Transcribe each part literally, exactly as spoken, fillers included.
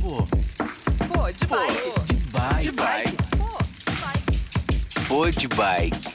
Pô. Pô, de bike. De bike. De bike. Pô, de bike.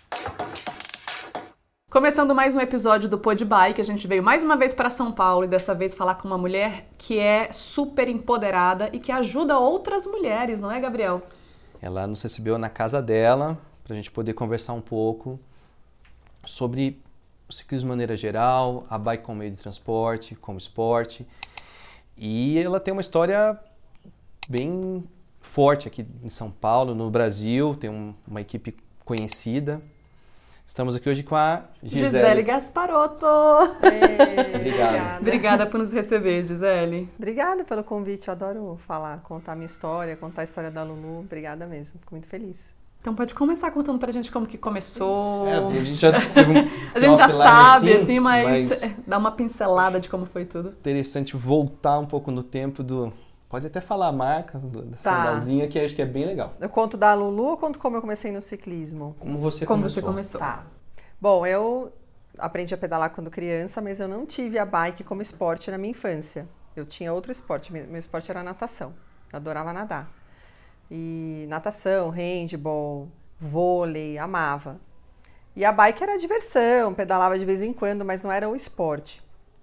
Começando mais um episódio do Pod Bike, a gente veio mais uma vez para São Paulo e dessa vez falar com uma mulher que é super empoderada e que ajuda outras mulheres, não é, Gabriel? Ela nos recebeu na casa dela para a gente poder conversar um pouco sobre o ciclismo de maneira geral, a bike como meio de transporte, como esporte. E ela tem uma história bem forte aqui em São Paulo, no Brasil, tem um, uma equipe conhecida. Estamos aqui hoje com a Gisele. Gisele Gasparotto. Obrigado. Obrigada. Obrigada por nos receber, Gisele. Obrigada pelo convite, eu adoro falar, contar a minha história, contar a história da Lulu. Obrigada mesmo, fico muito feliz. Então pode começar contando pra gente como que começou. É, a gente já teve um A gente já sabe, assim, assim, mas, mas dá uma pincelada de como foi tudo. interessante voltar um pouco no tempo do... Pode até falar a marca da Tá. sandalzinha, que acho que é bem legal. Eu conto da Lulu ou conto como eu comecei no ciclismo? Como você Como começou? você começou. Tá. Bom, eu aprendi a pedalar quando criança, mas eu não tive a bike como esporte na minha infância. Eu tinha outro esporte, meu meu esporte era natação. Eu adorava nadar. E natação, handball, vôlei, amava. E a bike era diversão, pedalava de vez em quando, mas não era o esporte.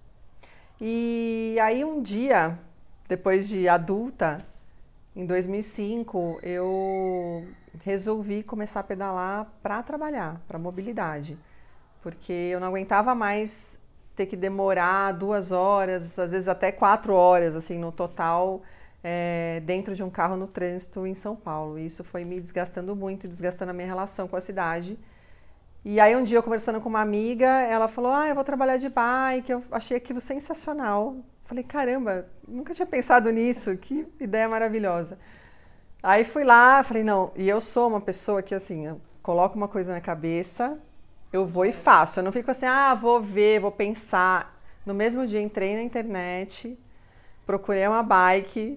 E aí um dia, depois de adulta, em dois mil e cinco, eu resolvi começar a pedalar para trabalhar, para mobilidade. Porque eu não aguentava mais ter que demorar duas horas, às vezes até quatro horas, assim, no total, é, dentro de um carro no trânsito em São Paulo. E isso foi me desgastando muito, desgastando a minha relação com a cidade. E aí um dia eu conversando com uma amiga, ela falou, ah, eu vou trabalhar de bike, eu achei aquilo sensacional. Falei, caramba, nunca tinha pensado nisso, que ideia maravilhosa. Aí fui lá, falei, não, e eu sou uma pessoa que assim, eu coloco uma coisa na cabeça, eu vou e faço. Eu não fico assim, ah, vou ver, vou pensar. No mesmo dia entrei na internet, procurei uma bike,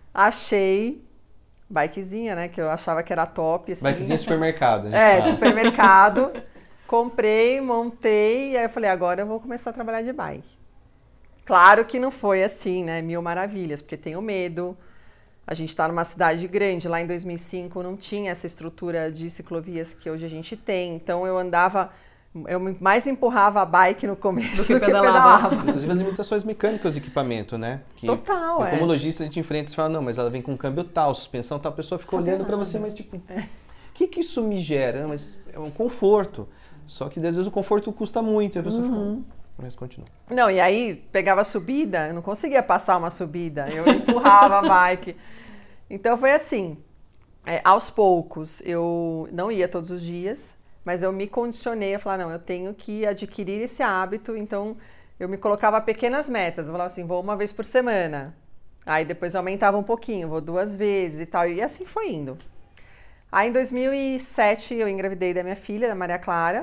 achei, bikezinha, né, que eu achava que era top. Assim. Bikezinha de supermercado, a gente É, fala. de supermercado. Comprei, montei, e aí eu falei, agora eu vou começar a trabalhar de bike. Claro que não foi assim, né, mil maravilhas, porque tenho medo. A gente está numa cidade grande, lá em dois mil e cinco não tinha essa estrutura de ciclovias que hoje a gente tem. Então eu andava, eu mais empurrava a bike no começo do que, que pedalava. pedalava. Inclusive as limitações mecânicas do equipamento, né? Que Total, eu, é. Como lojista a gente enfrenta e fala, não, mas ela vem com câmbio tal, suspensão tal, a pessoa fica Sabe olhando para nada. você, mas tipo, o que que isso me gera? Mas é um conforto. Só que às vezes o conforto custa muito, e a pessoa Uhum. fica... Mas continua. Não, e aí pegava a subida, eu não conseguia passar uma subida, eu empurrava a bike. Então foi assim, é, aos poucos, eu não ia todos os dias, mas eu me condicionei a falar, não, eu tenho que adquirir esse hábito, então eu me colocava pequenas metas, eu falava assim, vou uma vez por semana, aí depois eu aumentava um pouquinho, vou duas vezes e tal, e assim foi indo. Aí em dois mil e sete eu engravidei da minha filha, da Maria Clara,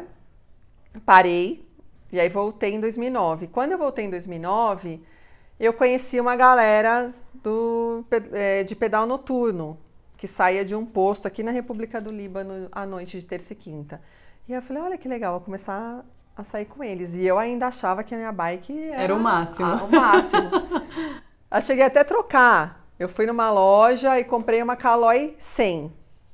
parei, e aí voltei em dois mil e nove. Quando eu voltei em dois mil e nove, eu conheci uma galera do, de pedal noturno, que saía de um posto aqui na República do Líbano à noite de terça e quinta. E eu falei, olha que legal, vou começar a sair com eles. E eu ainda achava que a minha bike era, Era o máximo. Ah, o máximo. Eu cheguei até a trocar. Eu fui numa loja e comprei uma Caloi cem.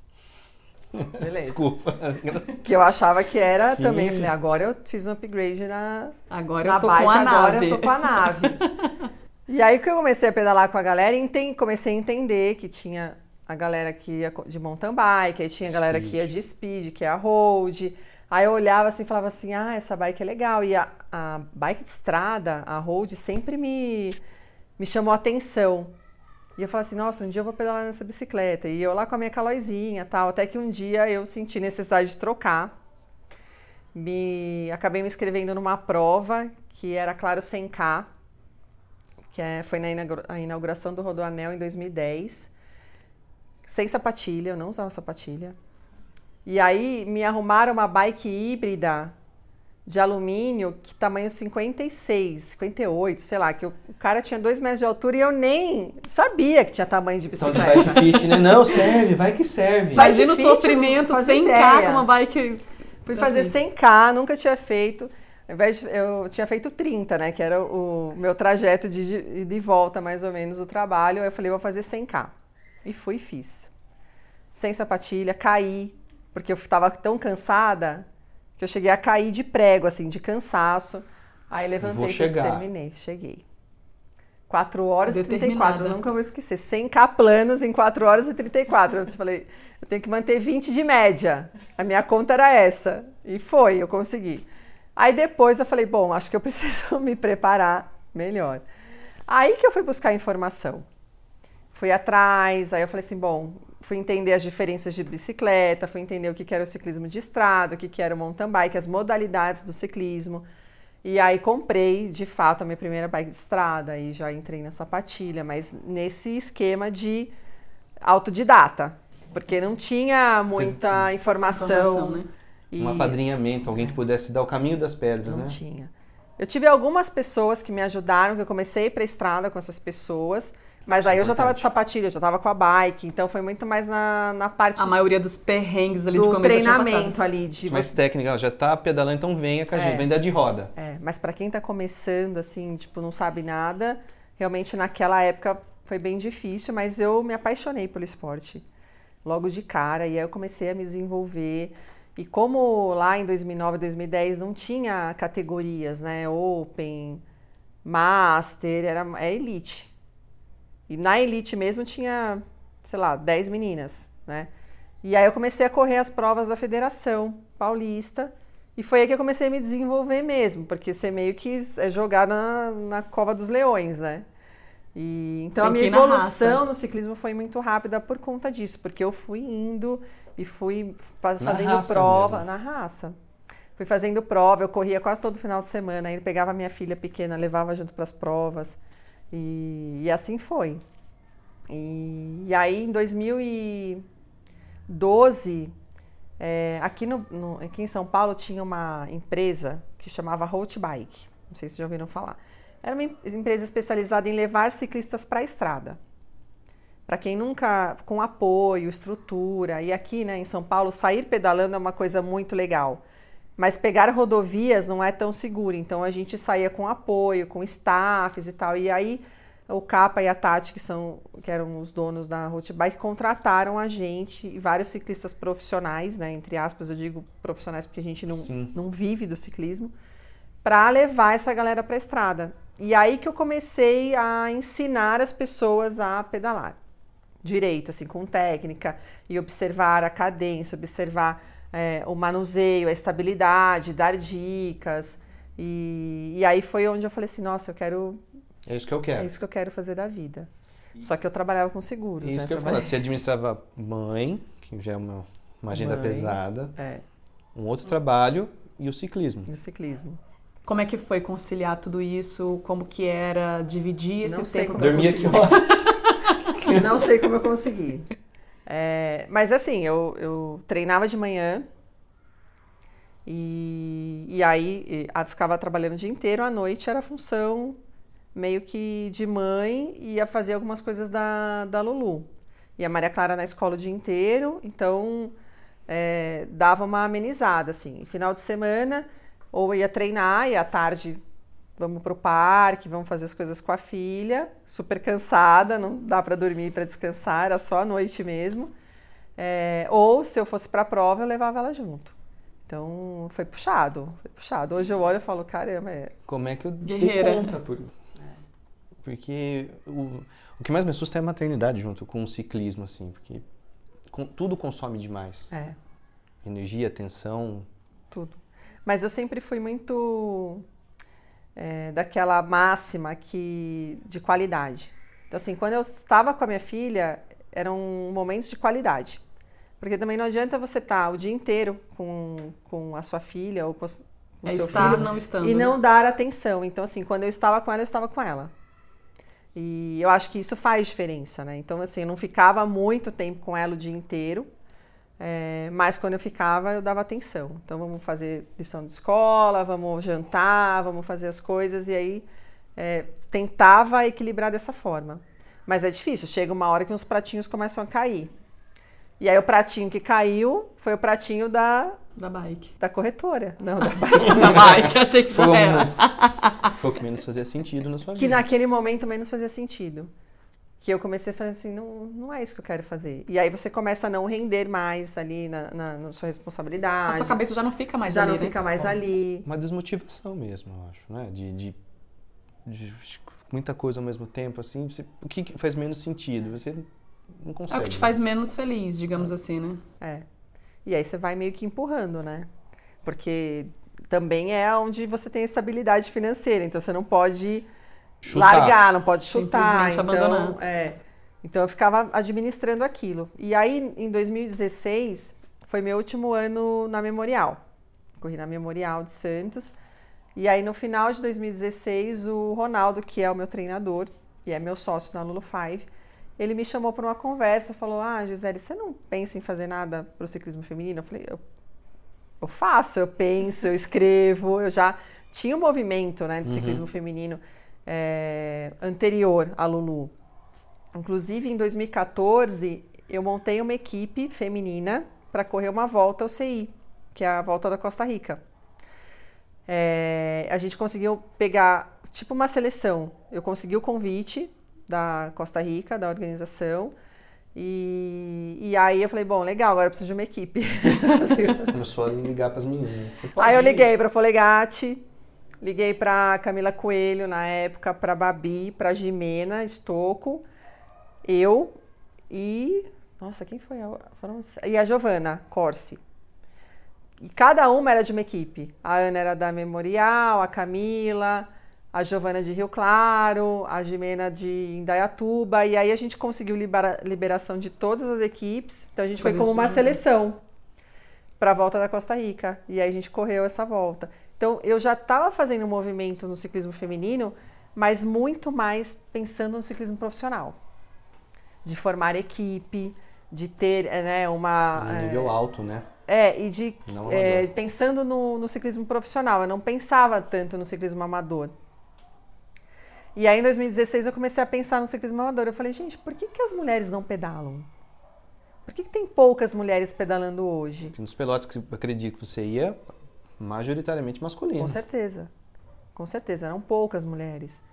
Beleza. Desculpa. Que eu achava que era Sim. também. Eu falei, agora eu fiz um upgrade na, Agora na eu tô bike, com a agora nave. eu tô com a nave. E aí que eu comecei a pedalar com a galera, enten- comecei a entender que tinha a galera que ia de mountain bike, aí tinha a galera Speed. que ia de speed, que é a road. Aí eu olhava assim e falava assim, ah, essa bike é legal. E a, a bike de estrada, a road, sempre me, me chamou a atenção. E eu falei assim, nossa, um dia eu vou pedalar nessa bicicleta. E eu lá com a minha Calóizinha e tal, até que um dia eu senti necessidade de trocar. Me, acabei me inscrevendo numa prova que era Claro cem K, que é, foi na inaugura- a inauguração do Rodoanel em dois mil e dez. Sem sapatilha, eu não usava sapatilha. E aí me arrumaram uma bike híbrida de alumínio, que tamanho cinquenta e seis, cinquenta e oito, sei lá, que o, o cara tinha dois metros de altura e eu nem sabia que tinha tamanho de Só de bicicleta. bike fit, né? Não, serve, vai que serve. Vai- Imagina o Bike fit, sofrimento não fazia sem K ideia. com uma bike. Fui fazer assim. cem K, nunca tinha feito. Ao invés de, eu tinha feito trinta, né? Que era o meu trajeto de, de volta, mais ou menos, do trabalho. Aí eu falei, vou fazer cem ká. E fui e fiz. Sem sapatilha, caí. Porque eu estava tão cansada que eu cheguei a cair de prego, assim, de cansaço. Aí levantei Vou chegar. e terminei. Cheguei. quatro horas e trinta e quatro. Determinada. Eu nunca vou esquecer. cem ká planos em quatro horas e trinta e quatro. Eu te falei, eu tenho que manter vinte de média. A minha conta era essa. E foi, eu consegui. Aí depois eu falei, bom, acho que eu preciso me preparar melhor. Aí que eu fui buscar informação. Fui atrás, aí eu falei assim, bom, fui entender as diferenças de bicicleta, fui entender o que era o ciclismo de estrada, o que era o mountain bike, as modalidades do ciclismo. E aí comprei, de fato, a minha primeira bike de estrada, aí já entrei na sapatilha, mas nesse esquema de autodidata, porque não tinha muita informação. Informação, né? E Um apadrinhamento, alguém que pudesse dar o caminho das pedras, não né? tinha. Eu tive algumas pessoas que me ajudaram, que eu comecei a ir pra estrada com essas pessoas, mas Isso é aí eu já estava de importante. sapatilha, já estava com a bike, então foi muito mais na, na parte A maioria dos perrengues ali de do começo já tinha passado. treinamento ali. De Mais técnica, ó, já tá pedalando, então venha com a gente, É. vem dar de roda. É, mas para quem tá começando, assim, tipo, não sabe nada, realmente naquela época foi bem difícil, mas eu me apaixonei pelo esporte logo de cara, e aí eu comecei a me desenvolver. E como lá em dois mil e nove, dois mil e dez não tinha categorias, né, Open, Master, era é Elite. E na Elite mesmo tinha, sei lá, dez meninas, né? E aí eu comecei a correr as provas da Federação Paulista, e foi aí que eu comecei a me desenvolver mesmo, porque você meio que é jogar na, na cova dos leões, né? E, então Tem a minha que ir na evolução raça. no ciclismo foi muito rápida por conta disso, porque eu fui indo e fui fa- fazendo raça prova mesmo. na raça. Fui fazendo prova, eu corria quase todo final de semana, aí pegava a minha filha pequena, levava junto para as provas, e, e assim foi. E, e aí em dois mil e doze, é, aqui, no, no- aqui em São Paulo tinha uma empresa que chamava Road Bike, não sei se já ouviram falar. Era uma em- empresa especializada em levar ciclistas para a estrada. Para quem nunca, com apoio, estrutura, e aqui, né, em São Paulo, sair pedalando é uma coisa muito legal. Mas pegar rodovias não é tão seguro, então a gente saía com apoio, com staffs e tal. E aí o Capa e a Tati, que, são, que eram os donos da Road Bike, contrataram a gente e vários ciclistas profissionais, né, entre aspas, eu digo profissionais porque a gente não, Sim. não vive do ciclismo, para levar essa galera para a estrada. E aí que eu comecei a ensinar as pessoas a pedalar direito, assim, com técnica, e observar a cadência, observar é, o manuseio, a estabilidade, dar dicas. E, e aí foi onde eu falei assim, nossa, eu quero, É isso que eu é quero. isso que eu quero fazer da vida. Só que eu trabalhava com seguros, Isso né? que eu ia falar. Você administrava mãe, que já é uma, uma agenda Mãe. pesada, É, um outro trabalho e o ciclismo. e o ciclismo. Como é que foi conciliar tudo isso? Como que era dividir esse Não sei tempo? como eu Dormia que consegui. horas? Não sei como eu consegui. É, mas assim, eu, eu treinava de manhã e, e aí e, a- ficava trabalhando o dia inteiro, à noite era função meio que de mãe e ia fazer algumas coisas da, da Lulu. E a Maria Clara na escola o dia inteiro, então é, dava uma amenizada, assim. Final de semana, ou ia treinar e à tarde vamos pro parque, vamos fazer as coisas com a filha, super cansada, não dá para dormir para descansar, era só à noite mesmo. É, ou se eu fosse para a prova, eu levava ela junto. Então foi puxado, foi puxado. Hoje eu olho e falo, caramba, é... Como é que eu dei Guerreira. conta? Por... Porque o, o que mais me assusta é a maternidade junto com o ciclismo, assim, porque com- tudo consome demais. é Energia, atenção. tudo. Mas eu sempre fui muito é, daquela máxima que, de qualidade. Então, assim, quando eu estava com a minha filha, eram momentos de qualidade. Porque também não adianta você estar o dia inteiro com, com a sua filha ou com, os- com o É seu estar filho não estando. e né? não dar atenção. Então, assim, quando eu estava com ela, eu estava com ela. E eu acho que isso faz diferença, né? Então, assim, eu não ficava muito tempo com ela o dia inteiro, é, mas quando eu ficava, eu dava atenção. Então, vamos fazer lição de escola, vamos jantar, vamos fazer as coisas, e aí é, tentava equilibrar dessa forma. Mas é difícil, chega uma hora que uns pratinhos começam a cair. E aí o pratinho que caiu foi o pratinho da Da bike. Da corretora. Não, da bike. Da bike, achei que já Foi, era. foi o que menos fazia sentido na sua Que vida. naquele momento menos fazia sentido. Que eu comecei a fazer assim, não, não é isso que eu quero fazer. E aí você começa a não render mais ali na, na, na sua responsabilidade. A sua cabeça já não fica mais já ali, não né? fica mais ali. Uma desmotivação mesmo, eu acho, né? De, de, de muita coisa ao mesmo tempo, assim. Você, o que faz menos sentido? Você não É consegue. o que te faz mesmo. menos feliz, digamos assim, né? É. E aí você vai meio que empurrando, né? Porque também é onde você tem estabilidade financeira. Então você não pode Chutar. largar, não pode chutar. Simplesmente Então, abandonar. é. Então eu ficava administrando aquilo. E aí, em dois mil e dezesseis, foi meu último ano na Memorial. Corri na Memorial de Santos. E aí, no final de dois mil e dezesseis, o Ronaldo, que é o meu treinador e é meu sócio na Lulu Five, ele me chamou para uma conversa, falou: ah, Gisele, você não pensa em fazer nada para o ciclismo feminino? Eu falei, eu, eu faço, eu penso, eu escrevo, eu já tinha um movimento, né, de ciclismo Uhum. feminino é, anterior à Lulu. Inclusive, em dois mil e quatorze, eu montei uma equipe feminina para correr uma volta ao C I, que é a Volta da Costa Rica. É, a gente conseguiu pegar, tipo uma seleção, eu consegui o convite da Costa Rica, da organização, e, e aí eu falei, bom, legal, agora eu preciso de uma equipe. Começou a ligar para as meninas. Você pode Aí eu ir? liguei para Polegatti, liguei para Camila Coelho na época, para Babi, para Jimena Stocco, eu e... Nossa, quem foi? A, foram, e a Giovana Corsi. E cada uma era de uma equipe. A Ana era da Memorial, a Camila, a Giovana de Rio Claro, a Jimena de Indaiatuba. E aí a gente conseguiu libera, liberação de todas as equipes. Então a gente foi como uma seleção para a volta da Costa Rica. E aí a gente correu essa volta. Então eu já estava fazendo um movimento no ciclismo feminino, mas muito mais pensando no ciclismo profissional. De formar equipe, de ter, né, uma... Um nível é, alto, né? É, e de Não é, amador. pensando no, no ciclismo profissional, eu não pensava tanto no ciclismo amador. E aí em dois mil e dezesseis eu comecei a pensar no ciclismo amador. Eu falei, gente, por que, que as mulheres não pedalam? Por que, que tem poucas mulheres pedalando hoje? Porque nos pelotas que eu acredito que você ia, majoritariamente masculino. Com certeza, com certeza, eram poucas mulheres.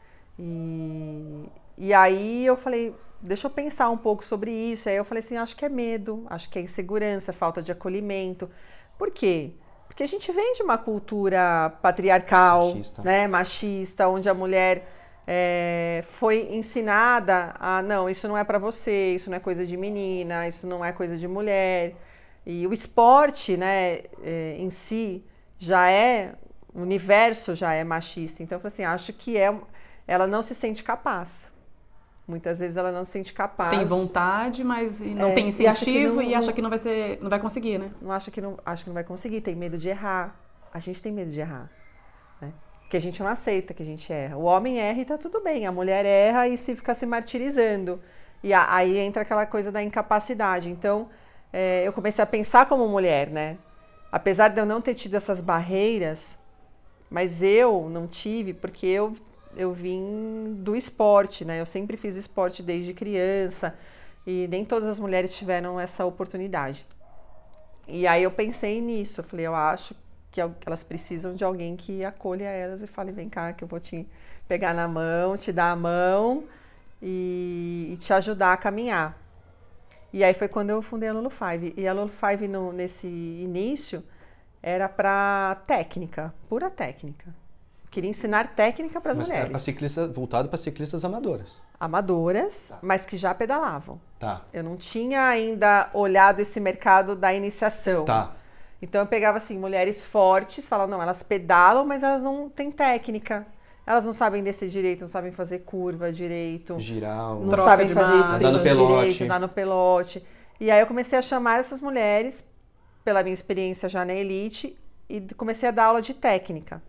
E, e aí eu falei, deixa eu pensar um pouco sobre isso. Aí eu falei assim, acho que é medo, acho que é insegurança, falta de acolhimento. Por quê? Porque a gente vem de uma cultura patriarcal, Machista. né, machista, onde a mulher é, foi ensinada a, não, isso não é para você, isso não é coisa de menina, isso não é coisa de mulher. E o esporte, né, é, em si, já é, o universo já é machista. Então eu falei assim, acho que é, ela não se sente capaz. Muitas vezes ela não se sente capaz. Tem vontade, mas não É, tem e acha que incentivo não- e acha não- que não vai ser, não vai conseguir, né? Não acha que não, acha que não vai conseguir, tem medo de errar. A gente tem medo de errar, né? Porque a gente não aceita que a gente erra. O homem erra e tá tudo bem, a mulher erra e se fica se martirizando. E a- aí entra aquela coisa da incapacidade. Então, é, eu comecei a pensar como mulher, né? Apesar de eu não ter tido essas barreiras, mas eu não tive, porque eu, eu vim do esporte, né? Eu sempre fiz esporte desde criança e nem todas as mulheres tiveram essa oportunidade. E aí eu pensei nisso, eu falei, eu acho que elas precisam de alguém que acolha elas e fale, vem cá que eu vou te pegar na mão, te dar a mão e, e te ajudar a caminhar. E aí foi quando eu fundei a Lulu Five. E a Lulu Five no, nesse início era para técnica, pura técnica. Eu queria ensinar técnica para as Mas é mulheres. pra ciclista, voltado para ciclistas amadoras. Amadoras, mas que já pedalavam. Tá. Eu não tinha ainda olhado esse mercado da iniciação. Tá. Então eu pegava assim, mulheres fortes, falava, não, elas pedalam, mas elas não têm técnica. Elas não sabem descer direito, não sabem fazer curva direito, Girar. não Troca sabem de fazer marcha. sprint Andar no pelote. direito, andar no pelote. E aí eu comecei a chamar essas mulheres, pela minha experiência já na elite, e comecei a dar aula de técnica.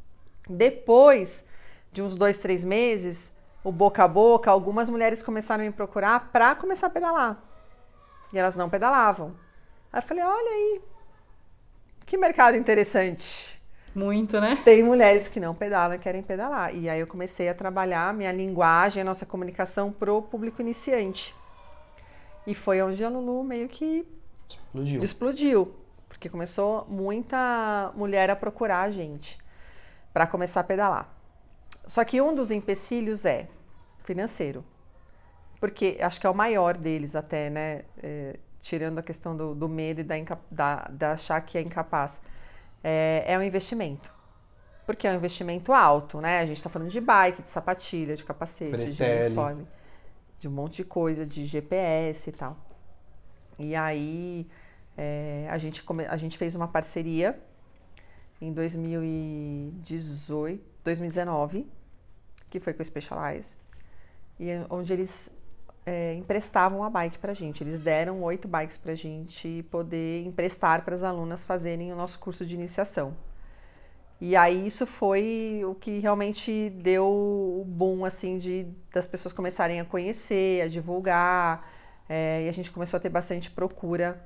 Depois de uns dois, três meses, o boca a boca, algumas mulheres começaram a me procurar para começar a pedalar. E elas não pedalavam. Aí eu falei, olha aí, que mercado interessante. Muito, né? Tem mulheres que não pedalam e querem pedalar. E aí eu comecei a trabalhar a minha linguagem, a nossa comunicação pro público iniciante. E foi onde a Lulu meio que Explodiu. explodiu. porque começou muita mulher a procurar a gente para começar a pedalar. Só que um dos empecilhos é financeiro, porque acho que é o maior deles até, né? É, tirando a questão do, do medo e da, da, da achar que é incapaz, é, é um investimento. Porque é um investimento alto, né? A gente está falando de bike, de sapatilha, de capacete, Bretelle. de uniforme, de um monte de coisa, de G P S e tal. E aí é, a, gente come, a gente fez uma parceria em dois mil e dezoito, dois mil e dezenove, que foi com o Specialized, e onde eles é, emprestavam a bike pra gente. Eles deram oito bikes pra gente poder emprestar para as alunas fazerem o nosso curso de iniciação. E aí isso foi o que realmente deu o boom, assim, de, das pessoas começarem a conhecer, a divulgar, é, e a gente começou a ter bastante procura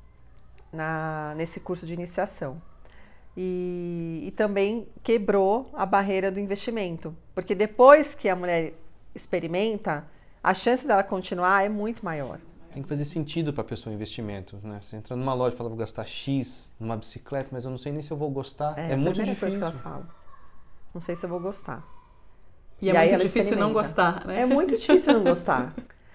na, nesse curso de iniciação. E, e também quebrou a barreira do investimento, porque depois que a mulher experimenta, a chance dela continuar é muito maior. Tem que fazer sentido para a pessoa o investimento, né? Você entra numa loja e fala, vou gastar X numa bicicleta, mas eu não sei nem se eu vou gostar. É, é muito difícil. Coisa que elas falam. Não sei se eu vou gostar. E, e é muito difícil não gostar, né? É muito difícil não gostar.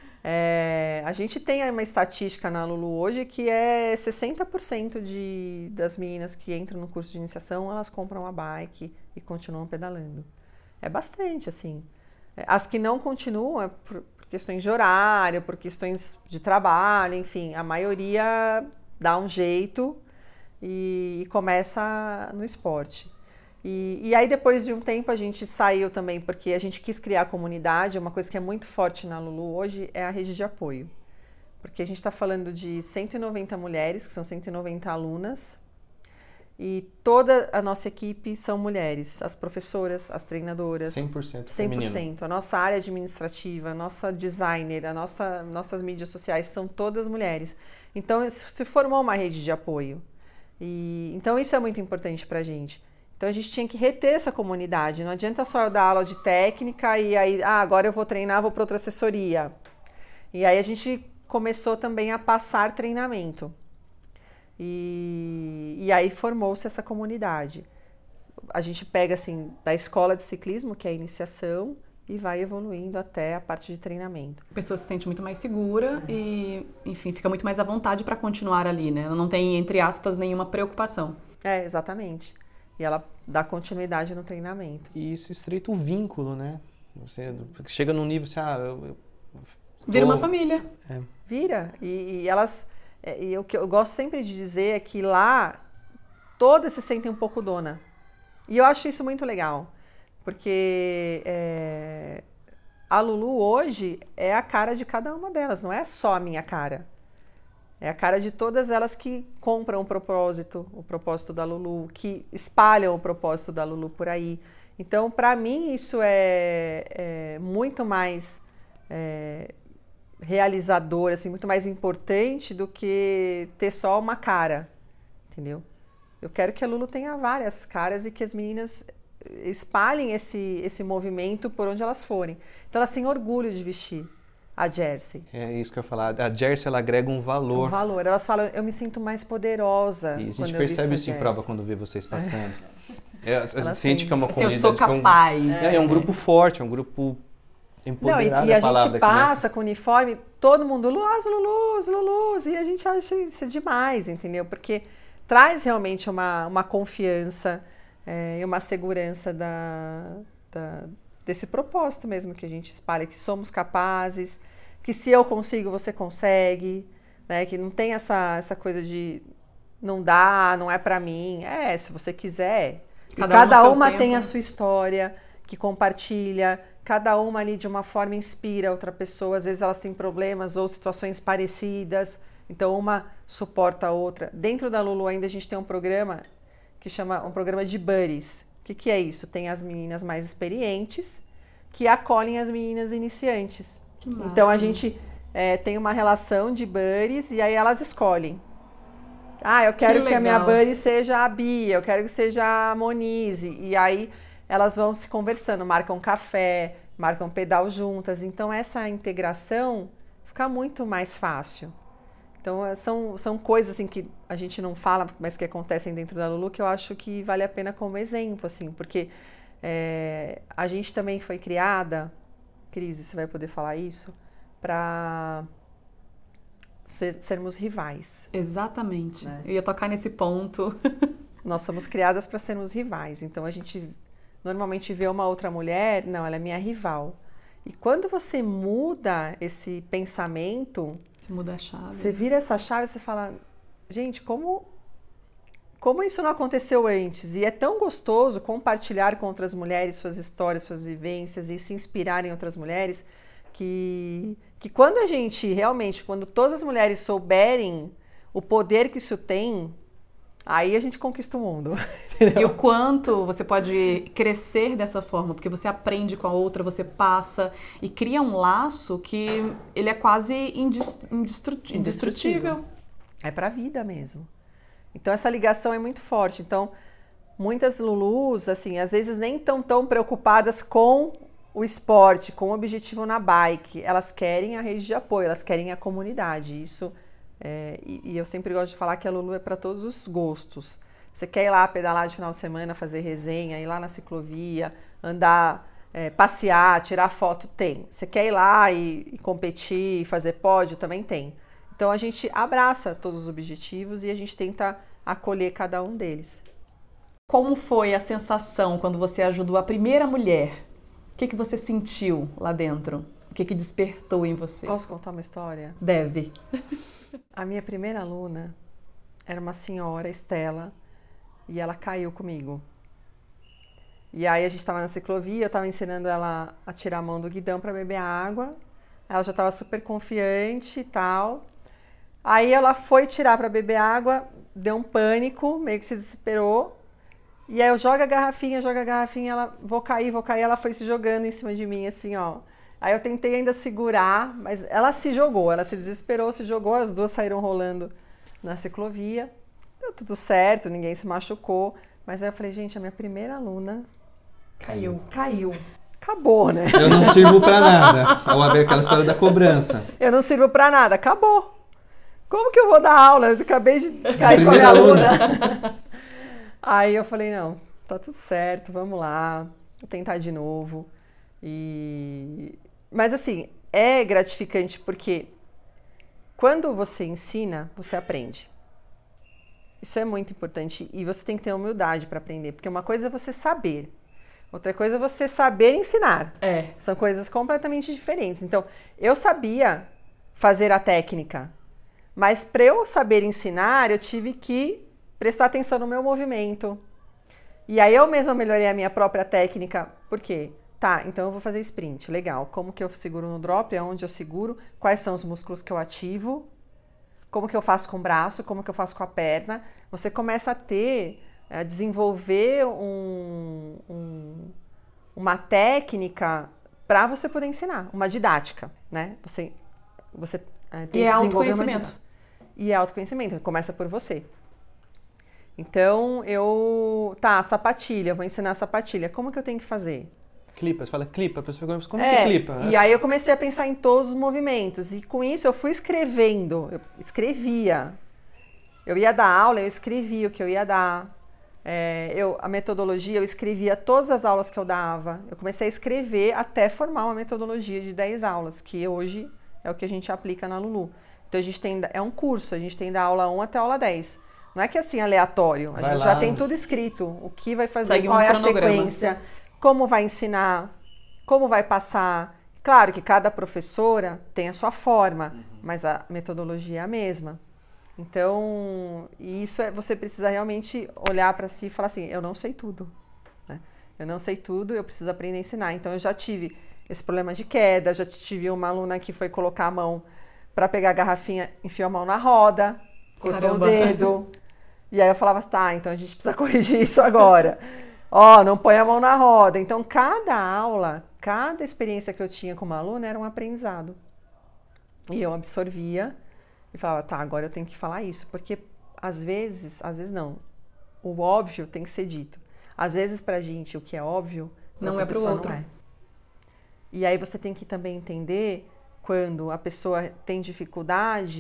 É, a gente tem uma estatística na Lulu hoje que é sessenta por cento de, das meninas que entram no curso de iniciação, elas compram a bike e continuam pedalando. É bastante, assim. As que não continuam é por, por questões de horário, por questões de trabalho, enfim, a maioria dá um jeito e, e começa no esporte. E, e aí depois de um tempo a gente saiu também porque a gente quis criar a comunidade. Uma coisa que é muito forte na Lulu hoje é a rede de apoio, porque a gente está falando de cento e noventa mulheres, que são cento e noventa alunas, e toda a nossa equipe são mulheres, as professoras, as treinadoras, cem por cento cem por cento. feminino. A nossa área administrativa, a nossa designer, a nossa, nossas mídias sociais são todas mulheres. Então se formou uma rede de apoio, e então isso é muito importante para a gente. Então a gente tinha que reter essa comunidade. Não adianta só eu dar aula de técnica e aí, ah, agora eu vou treinar, vou para outra assessoria. E aí a gente começou também a passar treinamento. E, e aí formou-se essa comunidade. A gente pega assim da escola de ciclismo, que é a iniciação, e vai evoluindo até a parte de treinamento. A pessoa se sente muito mais segura e, enfim, fica muito mais à vontade para continuar ali, né? Ela não tem, entre aspas, nenhuma preocupação. É, exatamente. E ela dá continuidade no treinamento. E isso estreita o vínculo, né? Você chega num nível assim, ah, eu, eu tô... Vira uma família. É. Vira. E, e elas... E o que eu gosto sempre de dizer é que lá todas se sentem um pouco dona. E eu acho isso muito legal. Porque é, a Lulu hoje é a cara de cada uma delas. Não é só a minha cara. É a cara de todas elas que compram o propósito, o propósito da Lulu, que espalham o propósito da Lulu por aí. Então, para mim, isso é, é muito mais é, realizador, assim, muito mais importante do que ter só uma cara, entendeu? Eu quero que a Lulu tenha várias caras e que as meninas espalhem esse, esse movimento por onde elas forem. Então, elas têm orgulho de vestir a jersey. É isso que eu ia falar. A jersey, ela agrega um valor. Um valor. Elas falam, eu me sinto mais poderosa. E a gente quando percebe eu isso em prova quando vê vocês passando. É, a gente Elas sente que é uma Assim, comunidade. eu sou capaz. Que é, um, é um grupo forte, é um grupo empoderado. Não, e, e é a, a palavra gente aqui, né? passa com o uniforme, todo mundo, Luluz, Luluz, Luluz, e a gente acha isso demais, entendeu? Porque traz realmente uma, uma confiança é, e uma segurança da, da, desse propósito mesmo que a gente espalha, que somos capazes, que se eu consigo, você consegue, né? Que não tem essa, essa coisa de não dá, não é pra mim. É, se você quiser. Cada, e cada um uma tempo. tem a sua história, que compartilha, cada uma ali de uma forma inspira outra pessoa. Às vezes elas têm problemas ou situações parecidas, então uma suporta a outra. Dentro da Lulu ainda a gente tem um programa que chama um programa de buddies. O que, que é isso? Tem as meninas mais experientes que acolhem as meninas iniciantes. Então a gente é, tem uma relação de buddies e aí elas escolhem. Ah, eu quero que, que a minha buddy seja a Bia, eu quero que seja a Monize. E aí elas vão se conversando, marcam café, marcam pedal juntas. Então essa integração fica muito mais fácil. Então, são, são coisas assim que a gente não fala, mas que acontecem dentro da Lulu, que eu acho que vale a pena como exemplo, assim, porque é, a gente também foi criada, Cris, você vai poder falar isso, para ser, sermos rivais. Exatamente. Né? Eu ia tocar nesse ponto. Nós somos criadas para sermos rivais, então a gente normalmente vê uma outra mulher, não, ela é minha rival. E quando você muda esse pensamento, Você muda a chave. você vira essa chave e você fala, gente, como, como isso não aconteceu antes? E é tão gostoso compartilhar com outras mulheres suas histórias, suas vivências e se inspirar em outras mulheres, que, que quando a gente realmente, quando todas as mulheres souberem o poder que isso tem, aí a gente conquista o mundo. E o quanto você pode crescer dessa forma, porque você aprende com a outra, você passa e cria um laço que ele é quase indis- indestru- indestrutível. É pra vida mesmo. Então essa ligação é muito forte. Então muitas Lulus, assim, às vezes nem estão tão preocupadas com o esporte, com o objetivo na bike. Elas querem a rede de apoio, elas querem a comunidade. Isso é, e, e eu sempre gosto de falar que a Lulu é para todos os gostos. Você quer ir lá pedalar de final de semana, fazer resenha, ir lá na ciclovia, andar, é, passear, tirar foto? Tem. Você quer ir lá e, e competir, fazer pódio? Também tem. Então a gente abraça todos os objetivos e a gente tenta acolher cada um deles. Como foi a sensação quando você ajudou a primeira mulher? O que, que você sentiu lá dentro? O que, que despertou em você? Posso contar uma história? Deve. A minha primeira aluna era uma senhora, Estela, e ela caiu comigo. E aí a gente estava na ciclovia, eu estava ensinando ela a tirar a mão do guidão para beber água. Ela já estava super confiante e tal. Aí ela foi tirar para beber água, deu um pânico, meio que se desesperou. E aí eu jogo a garrafinha, jogo a garrafinha, ela, vou cair, vou cair. Ela foi se jogando em cima de mim, assim, ó. Aí eu tentei ainda segurar, mas ela se jogou, ela se desesperou, se jogou, as duas saíram rolando na ciclovia. Deu tudo certo, ninguém se machucou. Mas aí eu falei, gente, a minha primeira aluna Caiu. caiu. Acabou, né? Eu não sirvo pra nada. Ao haver aquela história da cobrança. Eu não sirvo pra nada, acabou. Como que eu vou dar aula? Eu acabei de cair com a minha Primeira aluna. aluna. Aí eu falei, não, tá tudo certo, vamos lá, vou tentar de novo. E... Mas assim, é gratificante porque quando você ensina, você aprende. Isso é muito importante e você tem que ter humildade para aprender, porque uma coisa é você saber, outra coisa é você saber ensinar. É. São coisas completamente diferentes. Então, eu sabia fazer a técnica, mas para eu saber ensinar, eu tive que prestar atenção no meu movimento. E aí eu mesma melhorei a minha própria técnica. Por quê? Tá, então eu vou fazer sprint. Legal. Como que eu seguro no drop? Aonde eu seguro? Quais são os músculos que eu ativo? Como que eu faço com o braço? Como que eu faço com a perna? Você começa a ter, a desenvolver um, um, uma técnica para você poder ensinar, uma didática, né? Você, você é, tem E é que desenvolver uma autoconhecimento. didática. E é autoconhecimento, começa por você. Então, eu... Tá, sapatilha, vou ensinar a sapatilha. Como que eu tenho que fazer? Clipa, você fala clipa, a pessoa pergunta, como É, que clipa? e aí eu comecei a pensar em todos os movimentos. E com isso eu fui escrevendo, eu escrevia. Eu ia dar aula, eu escrevia o que eu ia dar. É, eu, a metodologia, eu escrevia todas as aulas que eu dava. Eu comecei a escrever até formar uma metodologia de dez aulas, que hoje é o que a gente aplica na Lulu. Então a gente tem, é um curso, a gente tem da aula um até a aula dez. Não é que é assim aleatório, a Vai gente lá. já tem tudo escrito. O que vai fazer, Segue um qual é a cronograma. sequência, como vai ensinar, como vai passar. Claro que cada professora tem a sua forma, uhum. mas a metodologia é a mesma. Então, isso é, você precisa realmente olhar para si e falar assim, eu não sei tudo. Né? Eu não sei tudo, eu preciso aprender a ensinar. Então, eu já tive esse problema de queda, já tive uma aluna que foi colocar a mão para pegar a garrafinha, enfiou a mão na roda, cortou Caramba. o dedo. E aí eu falava, tá, então a gente precisa corrigir isso agora. Ó, não põe a mão na roda. Então, cada aula, cada experiência que eu tinha com uma aluna era um aprendizado. E eu absorvia e falava, tá, agora eu tenho que falar isso. Porque, às vezes, às vezes não, o óbvio tem que ser dito. Às vezes, pra gente, o que é óbvio, Não outra é pro pessoa outro. não é. E aí você tem que também entender, quando a pessoa tem dificuldade,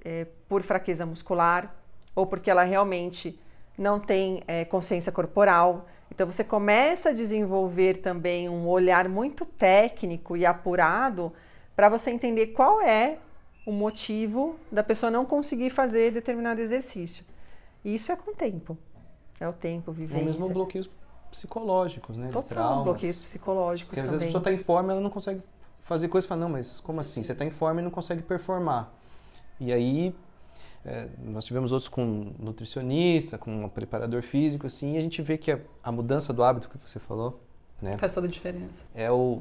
é, por fraqueza muscular ou porque ela realmente não tem é, consciência corporal. Então você começa a desenvolver também um olhar muito técnico e apurado para você entender qual é o motivo da pessoa não conseguir fazer determinado exercício. E isso é com o tempo. É o tempo, vivência. Ou mesmo bloqueios psicológicos, né? Total, de traumas. bloqueios psicológicos Porque às também. vezes a pessoa está em forma, ela não consegue fazer coisa e fala, não, mas como assim? Você está em forma e não consegue performar. E aí, é, nós tivemos outros com nutricionista, com um preparador físico, assim, e a gente vê que a, a mudança do hábito que você falou, né? Faz toda a diferença. É o,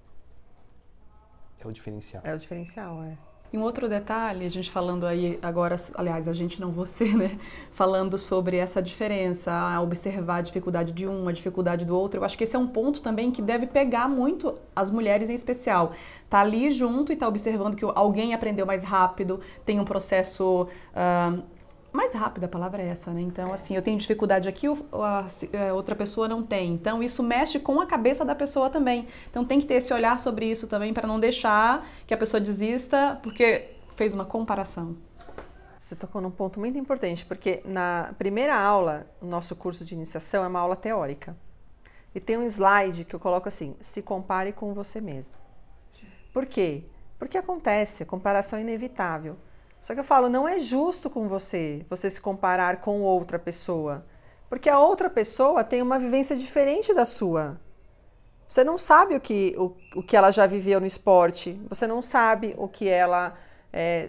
é o diferencial. É o diferencial, é. E um outro detalhe, a gente falando aí agora, aliás, a gente não você, né? Falando sobre essa diferença, a observar a dificuldade de um, a dificuldade do outro. Eu acho que esse é um ponto também que deve pegar muito as mulheres em especial. Tá ali junto e tá observando que alguém aprendeu mais rápido, tem um processo... Uh, mais rápido, a palavra é essa, né? Então, assim, eu tenho dificuldade aqui, a, a outra pessoa não tem. Então, isso mexe com a cabeça da pessoa também. Então, tem que ter esse olhar sobre isso também para não deixar que a pessoa desista porque fez uma comparação. Você tocou num ponto muito importante, porque na primeira aula, o nosso curso de iniciação é uma aula teórica. E tem um slide que eu coloco assim, se compare com você mesmo. Por quê? Porque acontece, a comparação é inevitável. Só que eu falo, não é justo com você, você se comparar com outra pessoa. Porque a outra pessoa tem uma vivência diferente da sua. Você não sabe o que, o, o que ela já viveu no esporte. Você não sabe o que ela... É,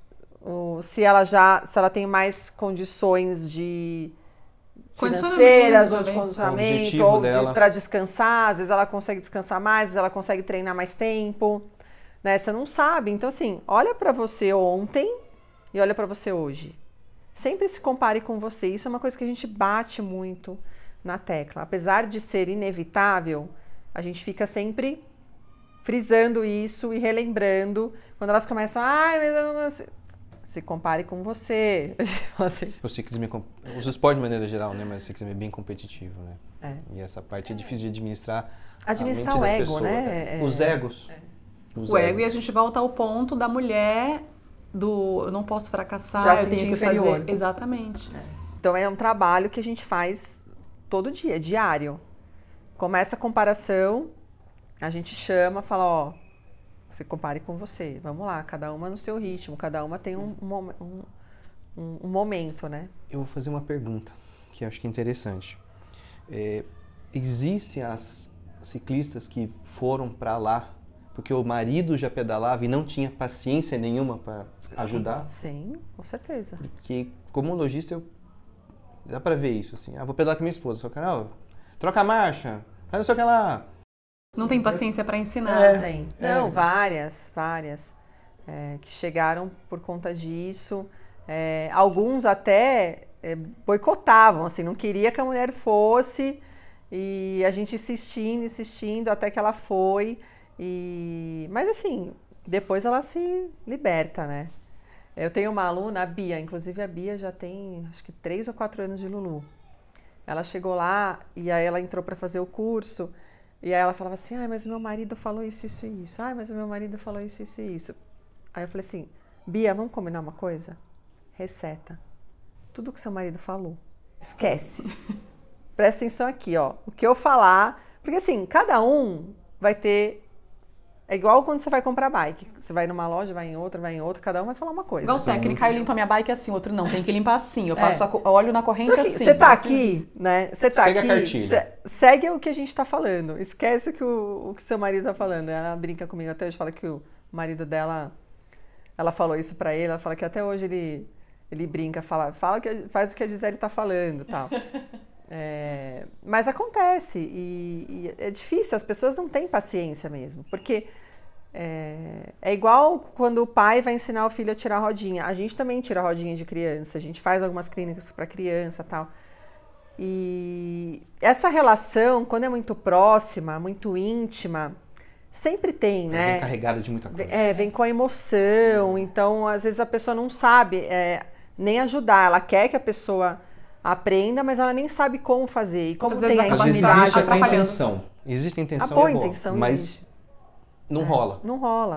o, se ela já... Se ela tem mais condições de... financeiras ou de condicionamento, ou de, para descansar. Às vezes ela consegue descansar mais, às vezes ela consegue treinar mais tempo. Né? Você não sabe. Então, assim, olha para você ontem e olha para você hoje. Sempre se compare com você. Isso é uma coisa que a gente bate muito na tecla. Apesar de ser inevitável, a gente fica sempre frisando isso e relembrando. Quando elas começam, ai, mas eu não... Se compare com você. Assim. O ciclismo, os esportes de maneira geral, né? Mas o ciclismo é bem competitivo, né? É. E essa parte é difícil de administrar. Administrar a mente o das ego, pessoas, né? É. Os egos. É. Os o ego, egos. E a gente volta ao ponto da mulher do eu não posso fracassar, Já eu tenho que inferior. fazer. Exatamente. É. Então é um trabalho que a gente faz todo dia, diário. Começa a comparação, a gente chama, fala, ó, se compare com você, vamos lá, cada uma no seu ritmo, cada uma tem um, um, um, um momento, né? Eu vou fazer uma pergunta que eu acho que é interessante. É, existem as ciclistas que foram para lá porque o marido já pedalava e não tinha paciência nenhuma para ajudar? Sim, com certeza. Porque como lojista eu dá para ver isso assim. Ah, vou pedalar com minha esposa, só que não, troca a marcha, faz não sei o que lá. Não tem paciência para ensinar. É, tem. É. Não, várias, várias é, que chegaram por conta disso. É, alguns até é, boicotavam, assim, não queria que a mulher fosse e a gente insistindo, insistindo até que ela foi. E... Mas assim, depois ela se liberta, né? Eu tenho uma aluna, a Bia, inclusive a Bia já tem acho que três ou quatro anos de Lulu. Ela chegou lá e aí ela entrou para fazer o curso. E aí ela falava assim, ai, mas meu marido falou isso, isso e isso. Ai, mas meu marido falou isso, isso e isso. Aí eu falei assim, Bia, vamos combinar uma coisa? Reseta. Tudo que seu marido falou. Esquece. Presta atenção aqui, ó. O que eu falar... Porque assim, cada um vai ter... É igual quando você vai comprar bike. Você vai numa loja, vai em outra, vai em outra, cada um vai falar uma coisa. Igual o técnico, eu limpo a minha bike assim, outro não, tem que limpar assim. Eu É. passo a, óleo na corrente Então, assim. você tá parece- aqui, né? Você tá Segue a aqui. cartilha. cê- segue o que a gente tá falando. Esquece o que o, o que seu marido tá falando. Ela brinca comigo até hoje, fala que o marido dela, ela falou isso pra ele, ela fala que até hoje ele, ele brinca, fala, fala que, faz o que a Gisele tá falando, tal. É, mas acontece e, e é difícil, as pessoas não têm paciência mesmo, porque é, é igual quando o pai vai ensinar o filho a tirar rodinha. A gente também tira rodinha de criança, a gente faz algumas clínicas para criança, tal. E essa relação, quando é muito próxima, muito íntima, sempre tem, Ela né? vem carregada de muita coisa. É, vem com a emoção, então às vezes a pessoa não sabe é, nem ajudar, ela quer que a pessoa aprenda, mas ela nem sabe como fazer. E como Às tem vezes a Às vezes intimidade, existe a atrapalhando. intenção. Existe a intenção a boa é boa, intenção mas existe. não É, rola. Não rola.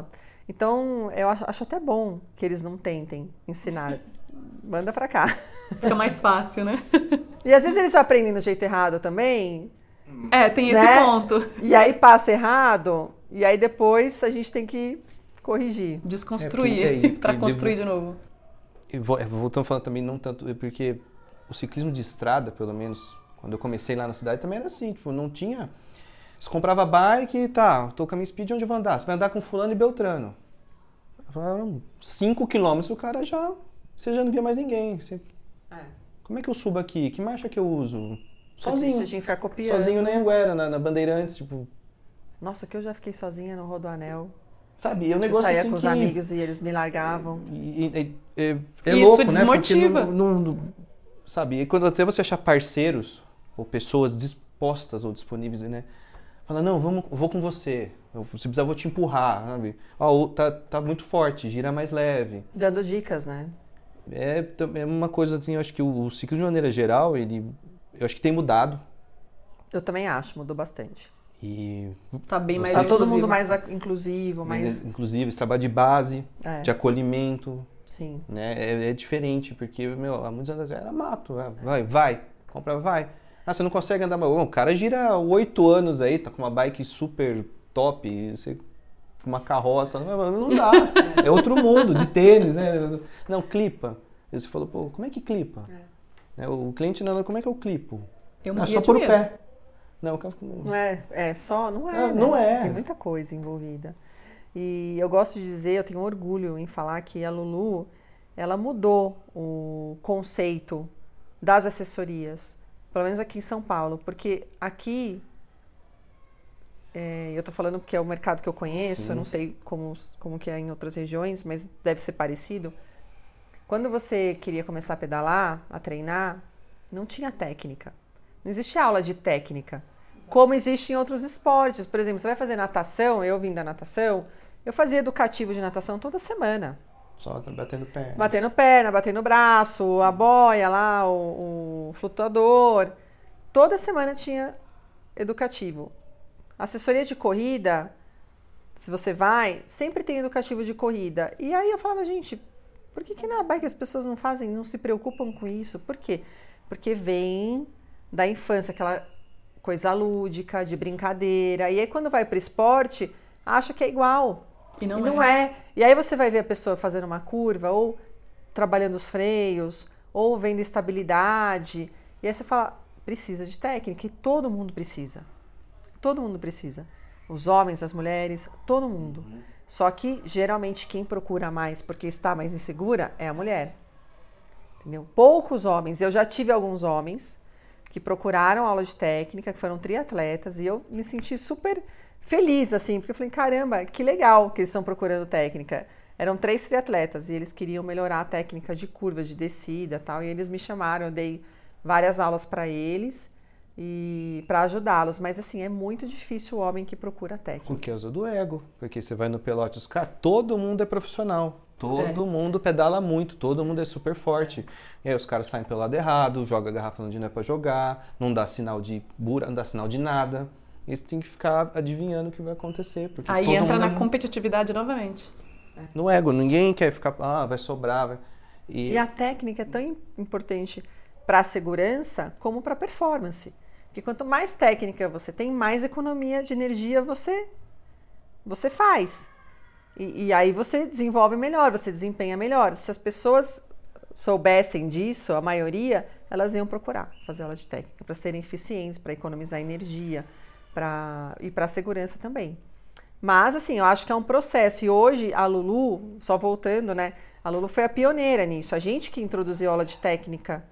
Então, eu acho, acho até bom que eles não tentem ensinar. Manda pra cá. Fica mais fácil, né? E às vezes eles aprendem do jeito errado também. É, tem esse né? ponto. E aí passa errado, e aí depois a gente tem que corrigir. Desconstruir, É, porque- é, pra e- construir e- de novo. E vo- voltando falando também, não tanto, é porque o ciclismo de estrada, pelo menos quando eu comecei lá na cidade, também era assim, tipo, não tinha... Você comprava bike e tá, tô com a minha speed, onde eu vou andar? Você vai andar com fulano e beltrano. Eram cinco quilômetros, o cara já... Você já não via mais ninguém. Você, como é que eu subo aqui? Que marcha que eu uso? Sozinho. Você tinha que ficar copiando. Sozinho na Anguera, na, na Bandeirantes, tipo... Nossa, que eu já fiquei sozinha no Rodoanel. Sabe, é um Eu negócio saía assim com os que... amigos e eles me largavam. E- e- e- é é Isso louco, né? desmotiva. Porque não, não- não- sabe, e quando até você achar parceiros ou pessoas dispostas ou disponíveis, né? Fala, não, vamos, vou com você. Eu, se precisar, eu vou te empurrar, sabe? Ó, o- tá, tá muito forte, gira mais leve. Dando dicas, né? É, tam- é uma coisa assim, eu acho que o, o ciclo de maneira geral, ele, eu acho que tem mudado. Eu também acho, mudou bastante. E, Tá bem mais Tá Vocês- todo inclusivo. mundo mais ac- inclusivo, mais... inclusive, esse trabalho de base, É, de acolhimento, sim. né? É, é diferente, porque, meu, há muitos anos atrás era mato. é, Vai, vai, compra, vai. Ah, você não consegue andar... Bom, o cara gira oito anos aí, tá com uma bike super top, e você... Uma carroça, não, não dá. É outro mundo, de tênis, né? Não, clipa. Aí você falou, pô, como é que clipa? É, o cliente, não, como é que eu clipo? Eu Ah, morria só de por o medo. pé. Não, o cara ficou... Não é, é só, não é, É, né? não é. Tem muita coisa envolvida. E eu gosto de dizer, eu tenho orgulho em falar que a Lulu, ela mudou o conceito das assessorias, pelo menos aqui em São Paulo, porque aqui, é, eu tô falando porque é o mercado que eu conheço, Sim. eu não sei como, como que é em outras regiões, mas deve ser parecido. Quando você queria começar a pedalar, a treinar, não tinha técnica. Não existia aula de técnica, como existe em outros esportes. Por exemplo, você vai fazer natação, eu vim da natação, eu fazia educativo de natação toda semana. Só batendo pé. Batendo perna, batendo braço, a boia lá, o, o flutuador. Toda semana tinha educativo. Assessoria de corrida, se você vai, sempre tem educativo de corrida. E aí eu falava, gente, por que que na bike as pessoas não fazem, não se preocupam com isso? Por quê? Porque vem da infância, aquela coisa lúdica, de brincadeira. E aí quando vai para o esporte, acha que é igual. E não, E não é. é. E aí você vai ver a pessoa fazendo uma curva, ou trabalhando os freios, ou vendo estabilidade. E aí você fala, precisa de técnica, e todo mundo precisa. Todo mundo precisa. Os homens, as mulheres, todo mundo. Só que, geralmente, quem procura mais porque está mais insegura é a mulher. Entendeu? Poucos homens. Eu já tive alguns homens que procuraram aula de técnica, que foram triatletas, e eu me senti super feliz, assim, porque eu falei, caramba, que legal que eles estão procurando técnica. Eram três triatletas e eles queriam melhorar a técnica de curva, de descida e tal, e eles me chamaram, eu dei várias aulas para eles e para ajudá-los, mas assim, é muito difícil o homem que procura técnica. Por causa do ego. Porque você vai no pelote, os caras, todo mundo é profissional. Todo É. mundo pedala muito, todo mundo é super forte. E aí os caras saem pelo lado errado, joga a garrafa onde não é pra jogar, não dá sinal de bura, não dá sinal de nada. E você tem que ficar adivinhando o que vai acontecer. Porque Aí todo entra mundo na é competitividade novamente. no ego. Ninguém quer ficar, ah, vai sobrar. Vai... E, E a técnica é tão im- importante para a segurança como para a performance. Porque quanto mais técnica você tem, mais economia de energia você, você faz. E, e aí você desenvolve melhor, você desempenha melhor. Se as pessoas soubessem disso, a maioria, elas iam procurar fazer aula de técnica para serem eficientes, para economizar energia pra, e para a segurança também. Mas, assim, eu acho que é um processo. E hoje, a Lulu, só voltando, né? A Lulu foi a pioneira nisso. A gente que introduziu aula de técnica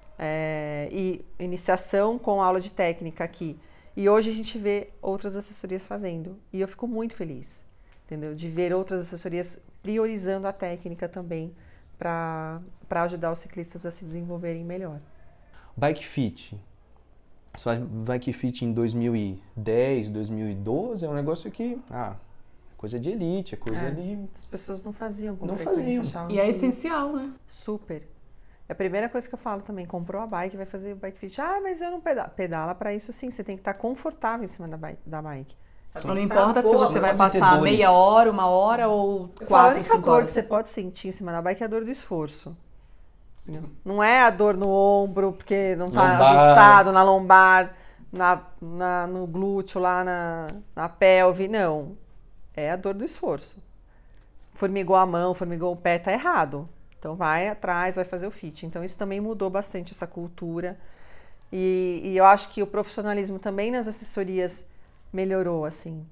é, e iniciação com aula de técnica aqui. E hoje a gente vê outras assessorias fazendo. E eu fico muito feliz, entendeu? De ver outras assessorias priorizando a técnica também para ajudar os ciclistas a se desenvolverem melhor. Bike Fit. Você faz Bike Fit em dois mil e dez, dois mil e doze, é um negócio que, ah, é coisa de elite, é coisa É. de... As pessoas não faziam com Não frequência, faziam. achavam E é que- essencial, né? Super. É a primeira coisa que eu falo também, comprou a bike, vai fazer o bike fit. Ah, mas eu não pedalo. Pedala para isso sim, você tem que estar confortável em cima da bike, da bike. Não importa se boa, você vai pode ter passar dores. meia hora, uma hora ou Eu falo, a quatro, única cinco dor horas. que você pode sentir em cima da bike é a dor do esforço. Não é a dor no ombro, porque não está Lombar. ajustado, na lombar, na, na- no glúteo, lá na, na pelve, não. É a dor do esforço. Formigou a mão, formigou o pé, tá errado. Então vai atrás, vai fazer o fit. Então isso também mudou bastante essa cultura. E, e eu acho que o profissionalismo também nas assessorias melhorou, assim,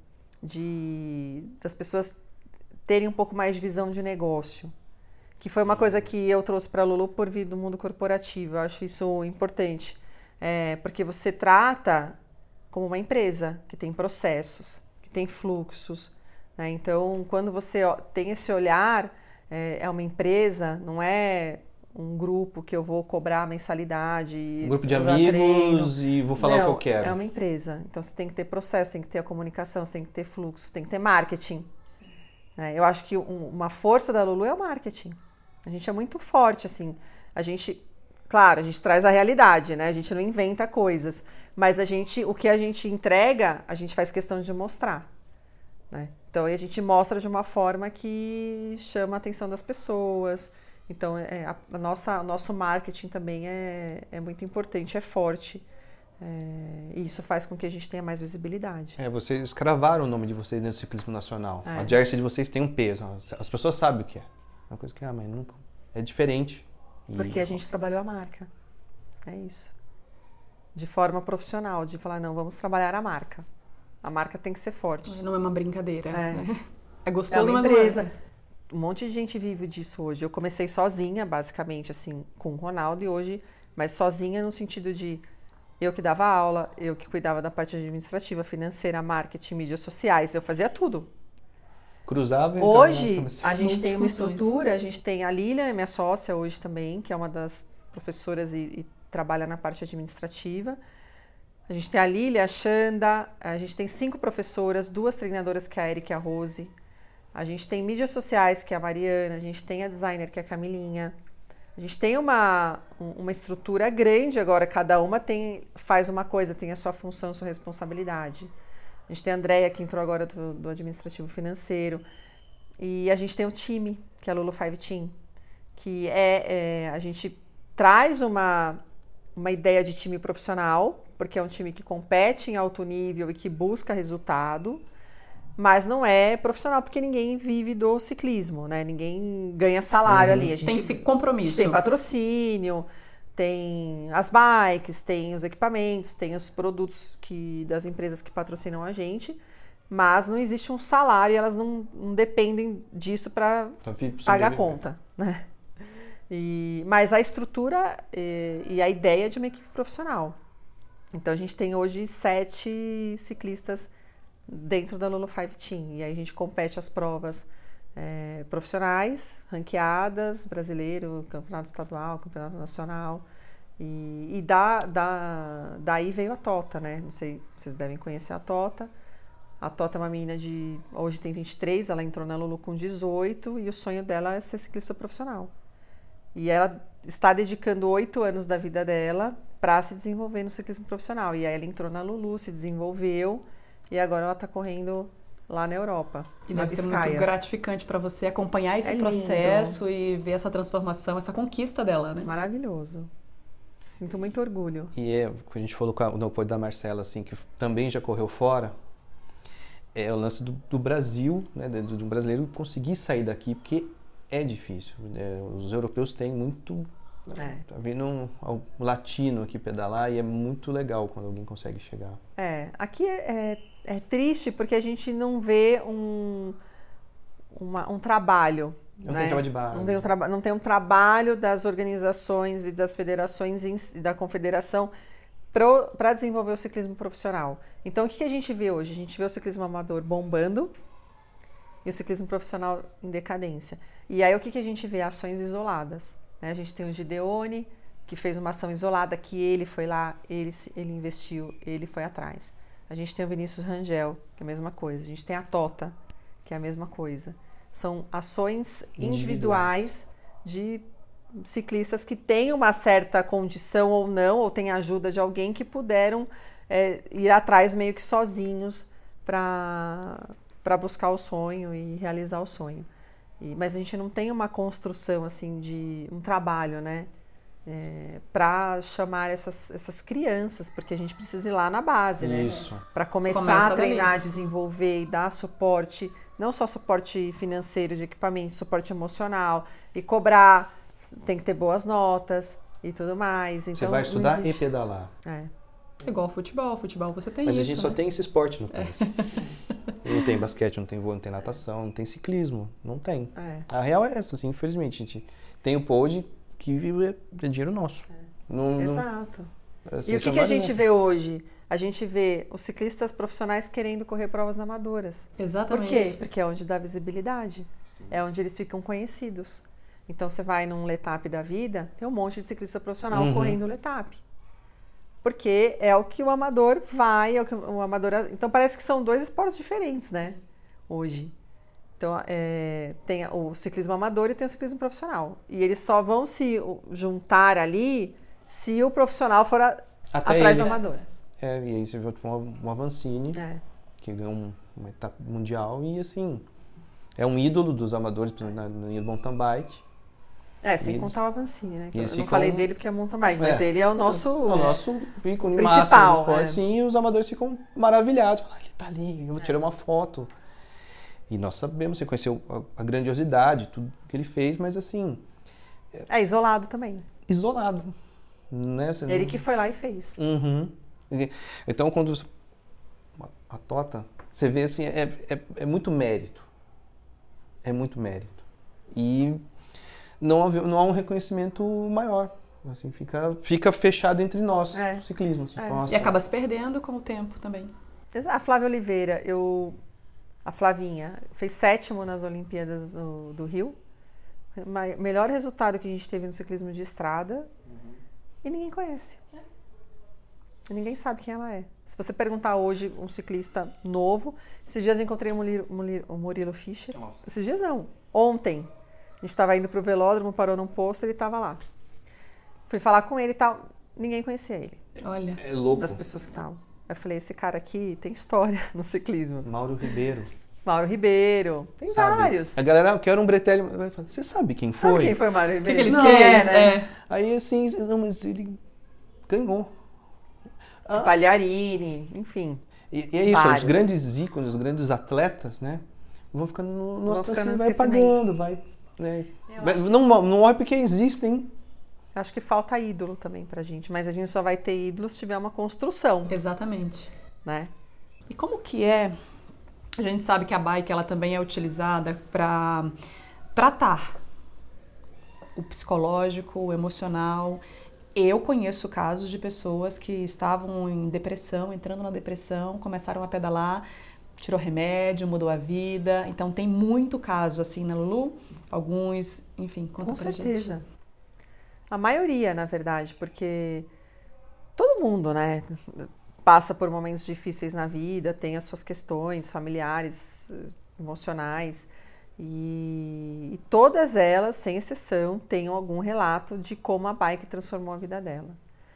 de das pessoas terem um pouco mais de visão de negócio. Que foi uma coisa que eu trouxe para a Lulu por vir do mundo corporativo. Eu acho isso importante. É, porque você trata como uma empresa que tem processos, que tem fluxos. Né? Então, quando você ó, tem esse olhar, é, é uma empresa, não é um grupo que eu vou cobrar mensalidade. Um grupo de vou dar amigos treino. e vou falar Não, o que eu quero. É uma empresa. Então, você tem que ter processo, tem que ter a comunicação, você tem que ter fluxo, tem que ter marketing. É, eu acho que um, uma força da Lulu é o marketing. A gente é muito forte, assim. A gente, claro, a gente traz a realidade, né? A gente não inventa coisas. Mas a gente, o que a gente entrega, a gente faz questão de mostrar. Né? Então, a gente mostra de uma forma que chama a atenção das pessoas. Então, é, a, a nossa, o nosso marketing também é, é muito importante, é forte. É, e isso faz com que a gente tenha mais visibilidade. É, vocês cravaram o nome de vocês dentro do ciclismo nacional. É. A jersey de vocês tem um peso. As, as pessoas sabem o que é. É uma coisa que, ah, mas nunca... É diferente. E- Porque a gente trabalhou a marca. É isso. De forma profissional, de falar, não, vamos trabalhar a marca. A marca tem que ser forte. Não é uma brincadeira. É. né? É É gostoso, uma mas não é. empresa. Um monte de gente vive disso hoje. Eu comecei sozinha, basicamente, assim, com o Ronaldo e hoje, mas sozinha no sentido de eu que dava aula, eu que cuidava da parte administrativa, financeira, marketing, mídias sociais, eu fazia tudo. Cruzava e entrava Hoje, na cabeça. a gente tem uma Multifunções. estrutura, a gente tem a Lília, minha sócia hoje também, que é uma das professoras e, e trabalha na parte administrativa. A gente tem a Lília, a Xanda, a gente tem cinco professoras, duas treinadoras, que é a Erika e a Rose. A gente tem mídias sociais, que é a Mariana, a gente tem a designer, que é a Camilinha. A gente tem uma, um- uma estrutura grande agora, cada uma tem, faz uma coisa, tem a sua função, sua responsabilidade. A gente tem a Andrea, que entrou agora do, do administrativo financeiro. E a gente tem o time, que é a Lulu Five Team, que é, é, a gente traz uma, uma ideia de time profissional, porque é um time que compete em alto nível e que busca resultado, mas não é profissional porque ninguém vive do ciclismo, né? Ninguém ganha salário ali. A gente Tem esse compromisso. tem patrocínio, tem as bikes, tem os equipamentos, tem os produtos que, das empresas que patrocinam a gente, mas não existe um salário e elas não, não dependem disso para Pra vi- pagar a sobreviver. conta, né? E, mas a estrutura e, e a ideia de uma equipe profissional. Então a gente tem hoje sete ciclistas dentro da Lulu Five Team. E aí a gente compete as provas eh, profissionais, ranqueadas, brasileiro, campeonato estadual, campeonato nacional. E, e da, da, daí veio a Tota, né? Não sei, vocês devem conhecer a Tota. A Tota é uma menina de... Hoje tem vinte e três, ela entrou na Lulu com dezoito e o sonho dela é ser ciclista profissional. E ela está dedicando oito anos da vida dela para se desenvolver no ciclismo profissional. E aí ela entrou na Lulu, se desenvolveu e agora ela está correndo lá na Europa. E na deve ser Biscaia. muito gratificante para você acompanhar esse É lindo. processo e ver essa transformação, essa conquista dela, né? Maravilhoso. Sinto muito orgulho. E é, quando a gente falou com a- no apoio da Marcela, assim, que também já correu fora, é o lance do, do Brasil, né, de, de um brasileiro conseguir sair daqui, porque é difícil. É, os europeus têm muito... né, É. Tá vindo um, um latino aqui pedalar e é muito legal quando alguém consegue chegar. É, aqui é, é, é triste porque a gente não vê um, uma- um trabalho. Não né? tem trabalho de base. Não tem, um traba- não tem um trabalho das organizações e das federações em si- e da confederação para desenvolver o ciclismo profissional. Então, o que, que a gente vê hoje? A gente vê o ciclismo amador bombando e o ciclismo profissional em decadência. E aí, o que, que a gente vê? Ações isoladas. Né? A gente tem o Gideone, que fez uma ação isolada, que ele foi lá, ele, se- ele investiu, ele foi atrás. A gente tem o Vinícius Rangel, que é a mesma coisa. A gente tem a Tota, que é a mesma coisa. São ações individuais, Individuais. de ciclistas que têm uma certa condição ou não, ou têm a ajuda de alguém que puderam é, ir atrás meio que sozinhos para para buscar o sonho e realizar o sonho. E, mas a gente não tem uma construção assim de um trabalho, né? É, para chamar essas, essas crianças, porque a gente precisa ir lá na base, né? Isso. Para começar Começa a treinar, dali. desenvolver e dar suporte, não só suporte financeiro de equipamento, suporte emocional e cobrar, tem que ter boas notas e tudo mais. Então, Você vai não estudar e existe- pedalar. É. Igual futebol, futebol você tem Mas isso, a gente só né? tem esse esporte no país. Não tem basquete, não tem vôlei, não tem natação, não tem ciclismo. Não tem. É. A real é essa, assim, infelizmente. A gente tem o pole que é é dinheiro nosso. Não, não- Exato. assim, E o isso que, é que a mais gente um- vê hoje? A gente vê os ciclistas profissionais querendo correr provas amadoras. Exatamente. Por quê? Porque é onde dá visibilidade. É onde eles ficam conhecidos. Então você vai num Letap da vida, tem um monte de ciclista profissional Uhum. correndo Letap. Porque é o que o amador vai, é o que o amador. Então parece que são dois esportes diferentes, né? Hoje. Então é, tem o ciclismo amador e tem o ciclismo profissional. E eles só vão se juntar ali se o profissional for a, Até atrás ele. do amador. É, e aí você viu tipo, uma, uma Avancini, É. que ganhou um- uma etapa mundial e assim, é um ídolo dos amadores na, na linha do mountain bike. É, sem Eles- contar o Avancini, né? Que eu eles não ficam- falei dele porque é mountain bike, mas É. ele é o nosso... É o nosso ícone Principal, máximo do esporte, é. sim, e os amadores ficam maravilhados. Falam, ah, ele tá ali, eu vou tirar uma foto. E nós sabemos, você conheceu a, a grandiosidade, tudo que ele fez, mas assim, É isolado também. isolado. Né? Você Ele não- que foi lá e fez. Uhum. Então, quando a Tota, você vê assim, é, é, é muito mérito. É muito mérito. E não, há- não há um reconhecimento maior. Assim, fica, fica fechado entre nós, É. o ciclismo. Assim, É. nossa. E acaba se perdendo com o tempo também. A Flávia Oliveira, eu, a Flavinha, fez sétimo nas Olimpíadas do, do Rio. O mai- melhor resultado que a gente teve no ciclismo de estrada. E ninguém conhece. E ninguém sabe quem ela é. Se você perguntar hoje um ciclista novo, esses dias eu encontrei o Murilo, Murilo- o Murilo Fischer. Esses dias não, ontem. A gente estava indo para o velódromo, parou num posto, ele estava lá. Fui falar com ele e tal, ninguém conhecia ele, Olha. É louco. das pessoas que estavam. Eu falei, esse cara aqui tem história no ciclismo. Mauro Ribeiro. Mauro Ribeiro, tem sabe? vários. A galera, eu quero um bretelho. Vai falar, você sabe quem foi? Sabe quem foi o Mauro O que, Ribeiro? que ele Não, fez? é, né? É. Aí assim, não, mas ele ganhou. Ah, Palharini, enfim. E, e é isso, Vários. os grandes ícones, os grandes atletas, né? Vão ficando no, no Vão nosso ficando no vai esquecimento. pagando, vai. Né? Vai- não, não morre porque existem. Acho que falta ídolo também pra gente, mas a gente só vai ter ídolo se tiver uma construção, Exatamente. né? E como que é? A gente sabe que a bike ela também é utilizada para tratar o psicológico, o emocional. Eu conheço casos de pessoas que estavam em depressão, entrando na depressão, começaram a pedalar, tirou remédio, mudou a vida. Então tem muito caso assim, né, Lulu? Alguns, enfim, conta Com pra certeza. gente. A maioria, na verdade, porque todo mundo, né, passa por momentos difíceis na vida, tem as suas questões familiares, eh, emocionais, e, e todas elas, sem exceção, têm algum relato de como a bike transformou a vida delas.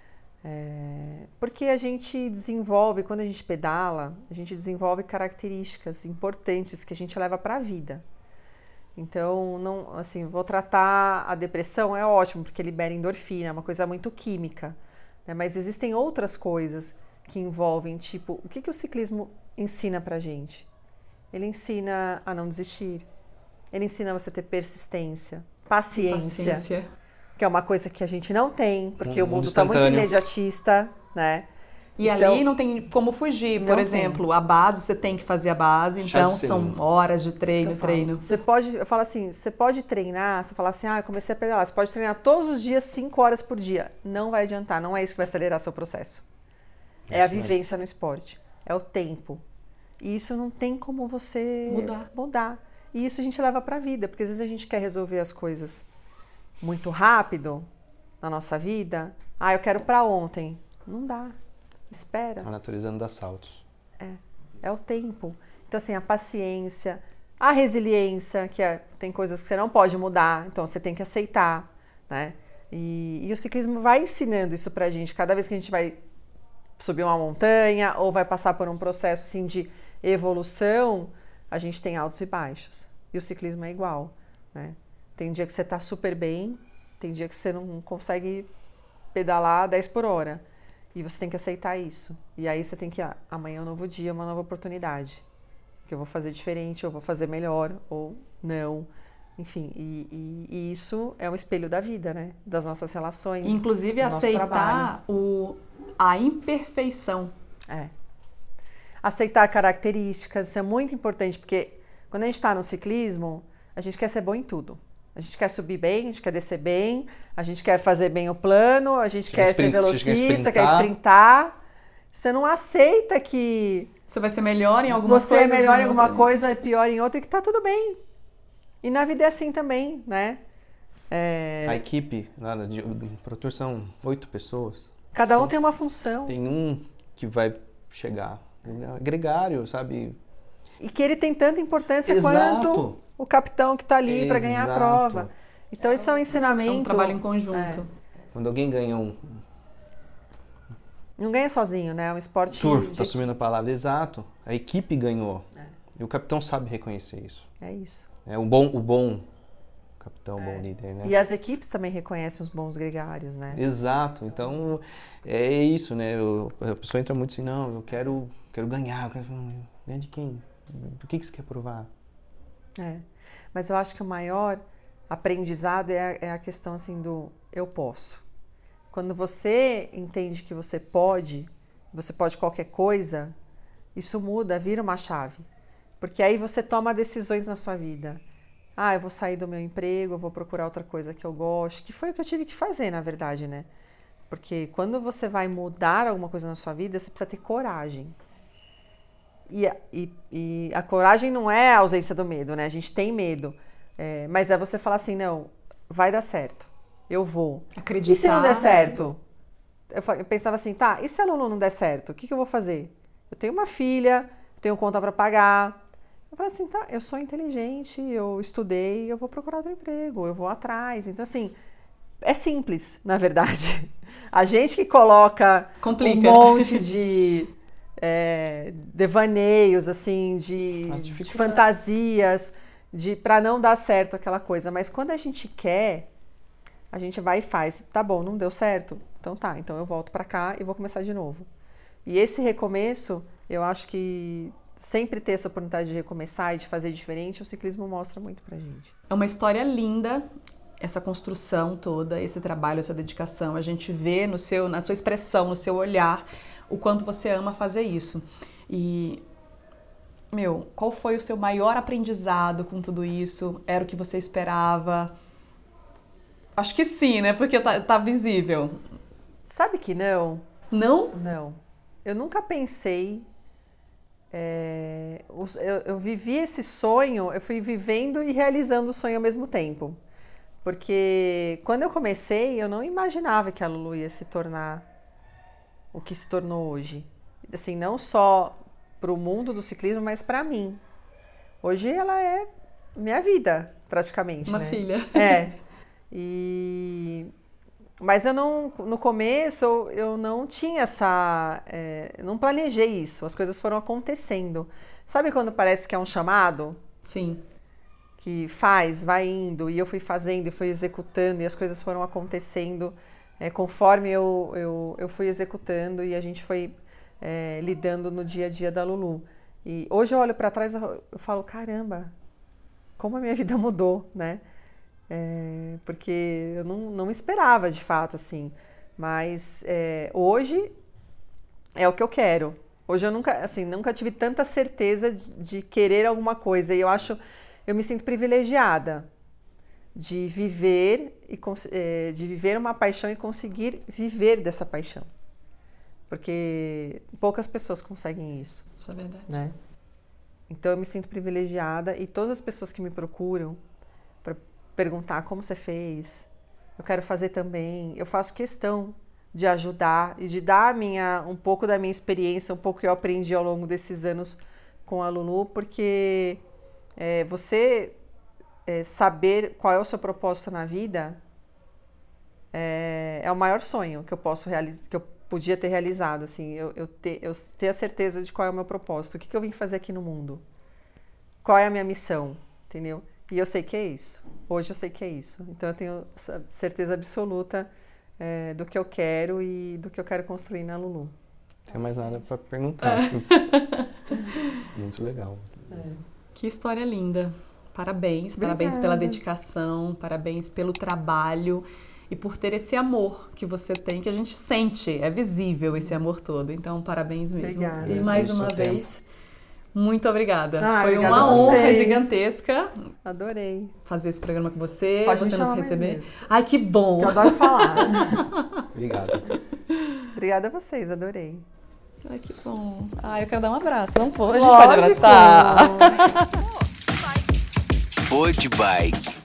É, porque a gente desenvolve, quando a gente pedala, a gente desenvolve características importantes que a gente leva para a vida. Então, não, assim, vou tratar a depressão, é ótimo, porque libera endorfina, é uma coisa muito química, né? Mas existem outras coisas que envolvem, tipo, o que, que o ciclismo ensina pra gente? Ele ensina a não desistir, ele ensina você a ter persistência, paciência, Paciência. que é uma coisa que a gente não tem, porque Um o mundo mundo está muito instantâneo. imediatista, né? E Então- ali não tem como fugir. Por Não exemplo, a base, você tem que fazer a base, Chá então de ser são um. horas de Isso que treino, eu falo. treino. Você pode, eu falo assim, você pode treinar, você fala assim, ah, eu comecei a pedalar, você pode treinar todos os dias, cinco horas por dia. Não vai adiantar, não é isso que vai acelerar seu processo. É a Isso mesmo. vivência no esporte, é o tempo. E isso não tem como você Mudar. mudar. E isso a gente leva pra vida, porque às vezes a gente quer resolver as coisas muito rápido na nossa vida. Ah, eu quero pra ontem. Não dá. Espera. A natureza não dá saltos. É o tempo. Então, assim, a paciência, a resiliência, que é, tem coisas que você não pode mudar, então você tem que aceitar, né? E, e o ciclismo vai ensinando isso pra gente. Cada vez que a gente vai subir uma montanha ou vai passar por um processo, assim, de evolução, a gente tem altos e baixos. E o ciclismo é igual, né? Tem dia que você está super bem, tem dia que você não consegue pedalar dez por hora. E você tem que aceitar isso. E aí você tem que, ah, amanhã é um novo dia, uma nova oportunidade. Que eu vou fazer diferente, eu vou fazer melhor, ou não. Enfim, e, e, e isso é um espelho da vida, né? Das nossas relações. Inclusive aceitar o, a imperfeição. É. Aceitar características, isso é muito importante, porque quando a gente está no ciclismo, a gente quer ser bom em tudo. A gente quer subir bem, a gente quer descer bem, a gente quer fazer bem o plano, a gente quer, quer ser velocista, quer sprintar. Você não aceita que... Você vai ser melhor em alguma coisa. Você é melhor em alguma coisa e pior em outra, e que tá tudo bem. E na vida é assim também, né? É... A equipe, nada, de, o produtor são oito pessoas. Cada um Seis. tem uma função. Tem um que vai chegar, é gregário, sabe? E que ele tem tanta importância Exato. Quanto o capitão que tá ali para ganhar a prova. Então isso é um ensinamento. É um trabalho em conjunto. É. Quando alguém ganha um... Não ganha sozinho, né? É um esporte... Tour, de... tá assumindo a palavra, exato. A equipe ganhou. É. E o capitão sabe reconhecer isso. É isso. É o bom, o bom capitão, o é. bom líder, né? E as equipes também reconhecem os bons gregários, né? Exato. Então, é isso, né? Eu, a pessoa entra muito assim, não, eu quero, quero ganhar. Eu quero... Ganhar de quem? Por que, que você quer provar? É. Mas eu acho que o maior aprendizado é a, é a questão, assim, do eu posso. Quando você entende que você pode, você pode qualquer coisa, isso muda, vira uma chave. Porque aí você toma decisões na sua vida. Ah, eu vou sair do meu emprego, eu vou procurar outra coisa que eu gosto, que foi o que eu tive que fazer, na verdade, né? Porque quando você vai mudar alguma coisa na sua vida, você precisa ter coragem. E, e, e a coragem não é a ausência do medo, né? A gente tem medo. É, mas é você falar assim, não, vai dar certo. Eu vou. Acreditar. E se não der certo? Eu, eu pensava assim, tá, e se a Lulu não der certo? O que, que eu vou fazer? Eu tenho uma filha, tenho conta para pagar. Eu falei assim, tá, eu sou inteligente, eu estudei, eu vou procurar outro emprego, eu vou atrás. Então, assim, é simples, na verdade. A gente que coloca Complica. um monte de é, devaneios, assim, de, de fantasias, de, para não dar certo aquela coisa. Mas quando a gente quer... A gente vai e faz, tá bom, não deu certo? Então tá, então eu volto pra cá e vou começar de novo. E esse recomeço, eu acho que sempre ter essa oportunidade de recomeçar e de fazer diferente, o ciclismo mostra muito pra gente. É uma história linda, essa construção toda, esse trabalho, essa dedicação. A gente vê no seu, na sua expressão, no seu olhar, o quanto você ama fazer isso. E, meu, qual foi o seu maior aprendizado com tudo isso? Era o que você esperava? Acho que sim, né? Porque tá, tá visível. Sabe que não? Não? Não. Eu nunca pensei... É, eu, eu vivi esse sonho, eu fui vivendo e realizando o sonho ao mesmo tempo. Porque quando eu comecei, eu não imaginava que a Lulu ia se tornar o que se tornou hoje. Assim, não só para o mundo do ciclismo, mas para mim. Hoje ela é minha vida, praticamente. Uma né? filha. É. E... Mas eu não, no começo eu não tinha essa, é, não planejei isso, as coisas foram acontecendo. Sabe quando parece que é um chamado? Sim. Que faz, vai indo, e eu fui fazendo e fui executando, e as coisas foram acontecendo é, conforme eu, eu, eu fui executando e a gente foi é, lidando no dia a dia da Lulu. E hoje eu olho para trás e eu falo, caramba, como a minha vida mudou, né? É, porque eu não, não esperava de fato assim, mas é, hoje é o que eu quero. Hoje eu nunca, assim, nunca tive tanta certeza de, de querer alguma coisa e eu acho, eu me sinto privilegiada de viver e é, de viver uma paixão e conseguir viver dessa paixão, porque poucas pessoas conseguem isso. Isso é verdade. Né? Então eu me sinto privilegiada e todas as pessoas que me procuram para perguntar como você fez, eu quero fazer também, eu faço questão de ajudar e de dar minha, um pouco da minha experiência, um pouco que eu aprendi ao longo desses anos com a Lulu, porque é, você é, saber qual é o seu propósito na vida é, é o maior sonho que eu posso realizar, que eu podia ter realizado, assim, eu, eu, ter, eu ter a certeza de qual é o meu propósito, o que, que eu vim fazer aqui no mundo, qual é a minha missão, entendeu? E eu sei que é isso, hoje eu sei que é isso, então eu tenho certeza absoluta é, do que eu quero e do que eu quero construir na Lulu. Não tem mais nada para perguntar. Muito legal. É. Que história linda. Parabéns, Obrigada. Parabéns pela dedicação, parabéns pelo trabalho e por ter esse amor que você tem, que a gente sente, é visível esse amor todo. Então, parabéns mesmo. Obrigada. E mais Isso, uma seu vez, muito obrigada. Ah, Foi obrigada uma a honra vocês. gigantesca Adorei. fazer esse programa com você, Pode me você nos chamar mais receber. vezes. Ai, que bom! Eu adoro falar. Obrigado. Obrigada a vocês, adorei. Ai, que bom. Ai, eu quero dar um abraço. Não pode, a gente pode Lógico. abraçar. Pô, vai. Pode Bike.